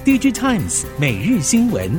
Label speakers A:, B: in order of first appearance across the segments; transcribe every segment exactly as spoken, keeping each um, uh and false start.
A: D J Times 每日新闻。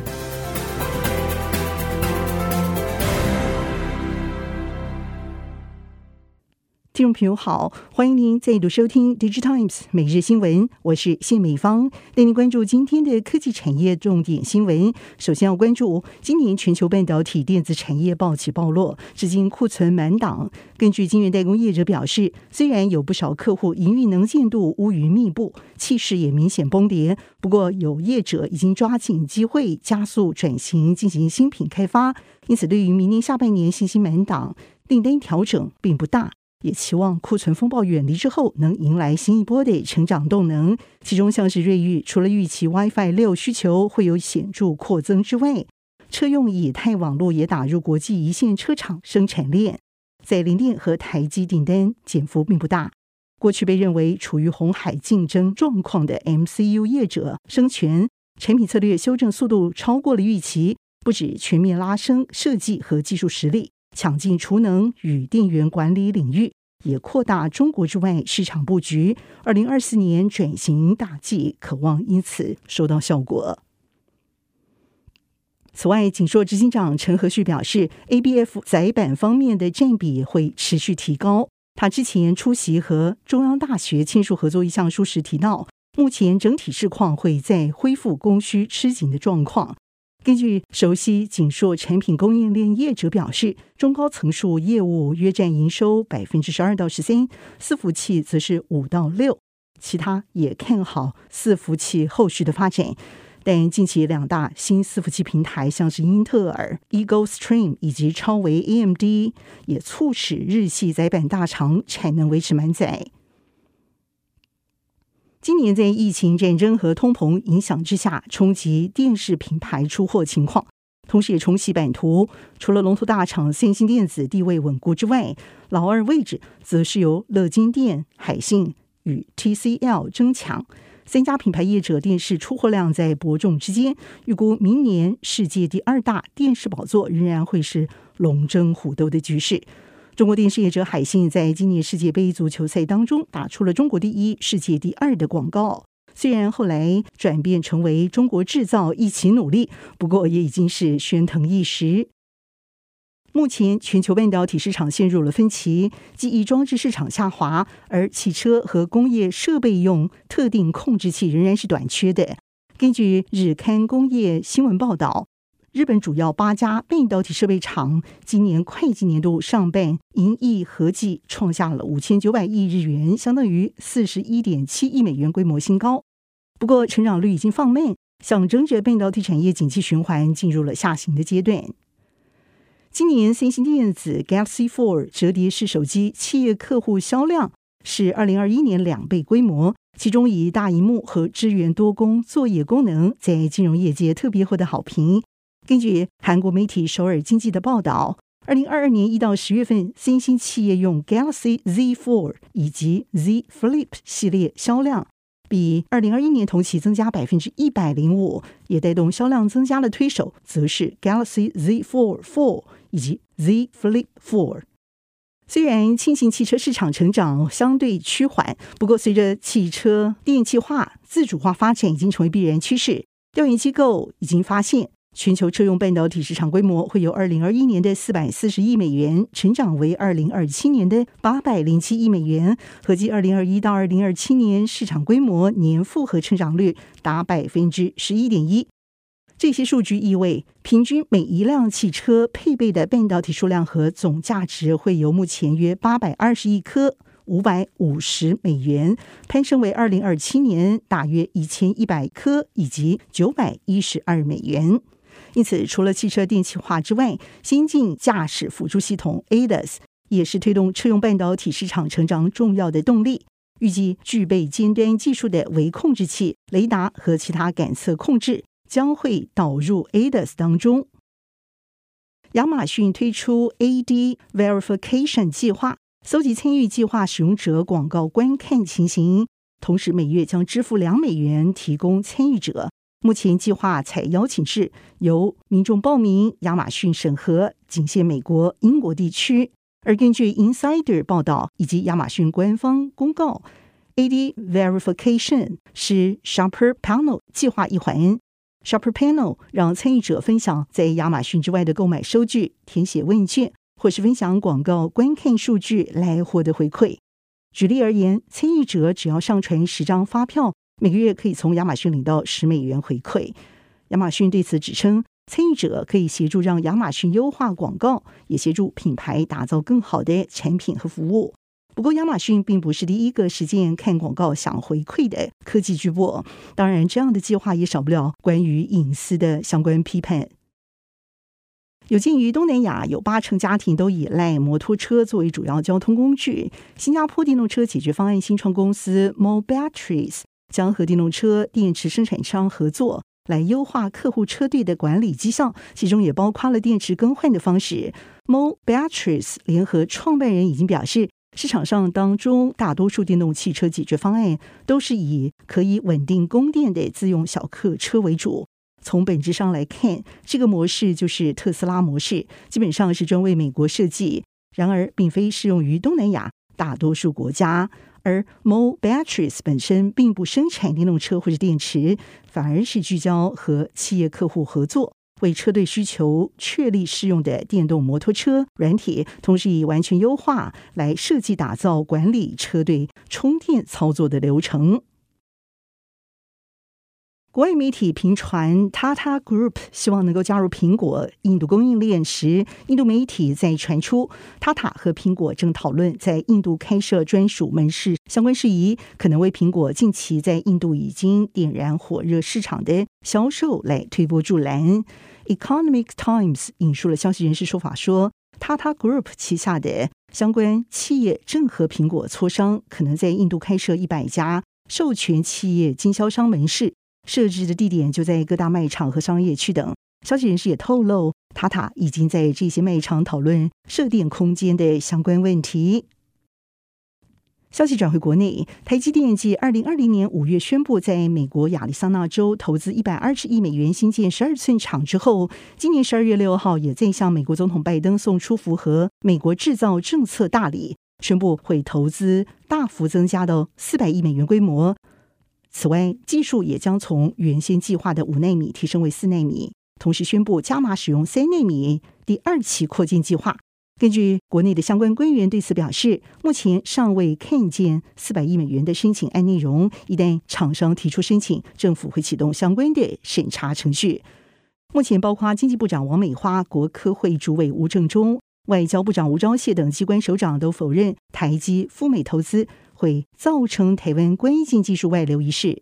B: 听众朋友好，欢迎您再度收听 D J Times 每日新闻，我是谢美芳，带您关注今天的科技产业重点新闻。首先要关注今年全球半导体电子产业暴起暴落，至今库存满档。根据晶圆代工业者表示，虽然有不少客户营运能见度乌云密布，气势也明显崩跌，不过有业者已经抓紧机会加速转型，进行新品开发，因此对于明年下半年信心满档，订单调整并不大。也期望库存风暴远离之后能迎来新一波的成长动能，其中像是瑞昱除了预期 WiFi 六需求会有显著扩增之外，车用以太网络也打入国际一线车厂生产链，在联电和台积订单减幅并不大。过去被认为处于红海竞争状况的 M C U 业者生全，产品策略修正速度超过了预期，不止全面拉升设计和技术实力，抢进储能与电源管理领域，也扩大中国之外市场布局。二零二四年转型大计，渴望因此收到效果。此外，景硕执行长陈和旭表示 ，A B F 载板方面的占比会持续提高。他之前出席和中央大学签署合作意向书时提到，目前整体市况会在恢复供需吃紧的状况。根据熟悉景硕产品供应链业者表示，中高层数业务约占营收 百分之十二到十三， 伺服器则是五到六，其他也看好伺服器后续的发展。但近期两大新伺服器平台，像是英特尔、Eagle Stream 以及超微 A M D， 也促使日系载板大厂产能维持满载。今年在疫情、战争和通膨影响之下，冲击电视品牌出货情况，同时也冲洗版图。除了龙头大厂三星电子地位稳固之外，老二位置则是由乐金电、海信与 T C L 争抢。三家品牌业者电视出货量在伯仲之间，预估明年世界第二大电视宝座仍然会是龙争虎斗的局势。中国电视业者海信在今年世界杯足球赛当中打出了中国第一、世界第二的广告，虽然后来转变成为中国制造一起努力，不过也已经是喧腾一时。目前全球半导体市场陷入了分歧，记忆装置市场下滑，而汽车和工业设备用特定控制器仍然是短缺的。根据日刊工业新闻报道，日本主要八家半导体设备厂今年会计年度上半营益合计创下了五千九百亿日元，相当于 四十一点七亿美元规模新高。不过成长率已经放慢，象征着半导体产业景气循环进入了下行的阶段。今年三星电子 Galaxy 四 折叠式手机企业客户销量是二零二一年两倍规模，其中以大萤幕和支援多工作业功能在金融业界特别获得好评。根据韩国媒体首尔经济的报道，二零二二年一到十月份，三星企业用 Galaxy Z 四 以及 Z Flip 系列销量比二零二一年同期增加 百分之一百零五， 也带动销量增加的推手则是 Galaxy Z Fold 四 以及 Z Flip 四。虽然轻型汽车市场成长相对趋缓，不过随着汽车电气化、自主化发展已经成为必然趋势，调研机构已经发现，全球车用半导体市场规模会由二零二一年的四百四十亿美元成长为二零二七年的八百零七亿美元，合计二零二一到二零二七年市场规模年复合成长率达 百分之十一点一。 这些数据意味，平均每一辆汽车配备的半导体数量和总价值会由目前约八百二十亿颗五百五十美元攀升为二零二七年大约一千一百颗以及九百一十二美元。因此，除了汽车电气化之外，先进驾驶辅助系统 A D A S 也是推动车用半导体市场成长重要的动力。预计具备尖端技术的微控制器、雷达和其他感测控制将会导入 A D A S 当中。亚马逊推出 A D Verification 计划，搜集参与计划使用者广告观看情形，同时每月将支付两美元提供参与者。目前计划采邀请制，由民众报名，亚马逊审核，仅限美国、英国地区。而根据 Insider 报道以及亚马逊官方公告， A D Verification 是 Shopper Panel 计划一环。Shopper Panel 让参与者分享在亚马逊之外的购买收据，填写问卷，或是分享广告观看数据来获得回馈。举例而言，参与者只要上传十张发票，每个月可以从亚马逊领到十美元回馈。亚马逊对此指称，参与者可以协助让亚马逊优化广告，也协助品牌打造更好的产品和服务。不过，亚马逊并不是第一个实践看广告想回馈的科技巨擘，当然，这样的计划也少不了关于隐私的相关批判。有鉴于东南亚有八成家庭都依赖摩托车作为主要交通工具，新加坡电动车解决方案新创公司 Mo Batteries 将和电动车电池生产商合作，来优化客户车队的管理绩效，其中也包括了电池更换的方式。Mo Batteries 联合创办人已经表示，市场上当中大多数电动汽车解决方案都是以可以稳定供电的自用小客车为主。从本质上来看，这个模式就是特斯拉模式，基本上是专为美国设计，然而并非适用于东南亚大多数国家。而 Mo Batteries 本身并不生产电动车或者电池，反而是聚焦和企业客户合作，为车队需求确立适用的电动摩托车软体，同时以完全优化来设计打造管理车队充电操作的流程。国外媒体频传 Tata Group 希望能够加入苹果印度供应链时，印度媒体在传出 Tata 和苹果正讨论在印度开设专属门市相关事宜，可能为苹果近期在印度已经点燃火热市场的销售来推波助澜。Economic Times 引述了消息人士说法说， Tata Group 旗下的相关企业正和苹果磋商，可能在印度开设一百家授权企业经销商门市，设置的地点就在各大卖场和商业区等。消息人士也透露，塔塔已经在这些卖场讨论设电空间的相关问题。消息转回国内，台积电继二零二零年五月宣布在美国亚利桑那州投资一百二十亿美元新建十二寸厂之后，今年十二月六号也再向美国总统拜登送出符合美国制造政策大礼，宣布会投资大幅增加到四百亿美元规模。此外，技术也将从原先计划的五奈米提升为四奈米，同时宣布加码使用三奈米第二期扩建计划。根据国内的相关官员对此表示，目前尚未看见四百亿美元的申请案内容，一旦厂商提出申请，政府会启动相关的审查程序。目前包括经济部长王美花、国科会主委吴正中、外交部长吴钊燮等机关首长都否认台积赴美投资会造成台湾关键技术外流一事。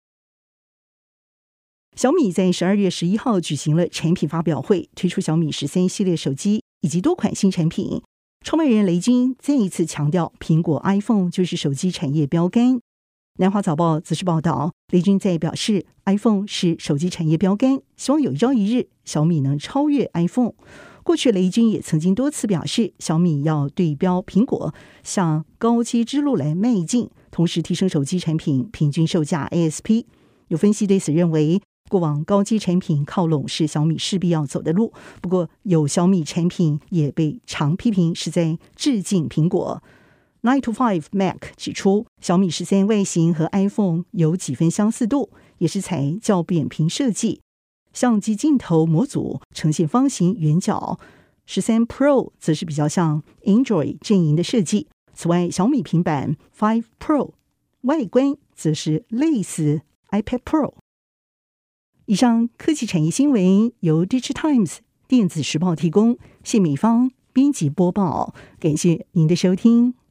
B: 小米在十二月十一号举行了产品发表会，推出小米十三系列手机以及多款新产品。创办人雷军再一次强调，苹果 iPhone 就是手机产业标杆。南华早报则是报道，雷军在表示 iPhone 是手机产业标杆，希望有一朝一日小米能超越 iPhone。过去雷军也曾经多次表示，小米要对标苹果，向高阶之路来迈进，同时提升手机产品平均售价 A S P。 有分析对此认为，过往高阶产品靠拢是小米势必要走的路，不过有小米产品也被常批评是在致敬苹果。nine to five Mac 指出，小米十三外形和 iPhone 有几分相似度，也是采较扁平设计，相机镜头模组呈现方形圆角。十三 Pro 则是比较像 Android 阵营的设计。此外，小米平板 Five Pro 外观则是类似 iPad Pro。以上科技产业新闻由 Digital Times 电子时报提供，谢美芳编辑播报，感谢您的收听。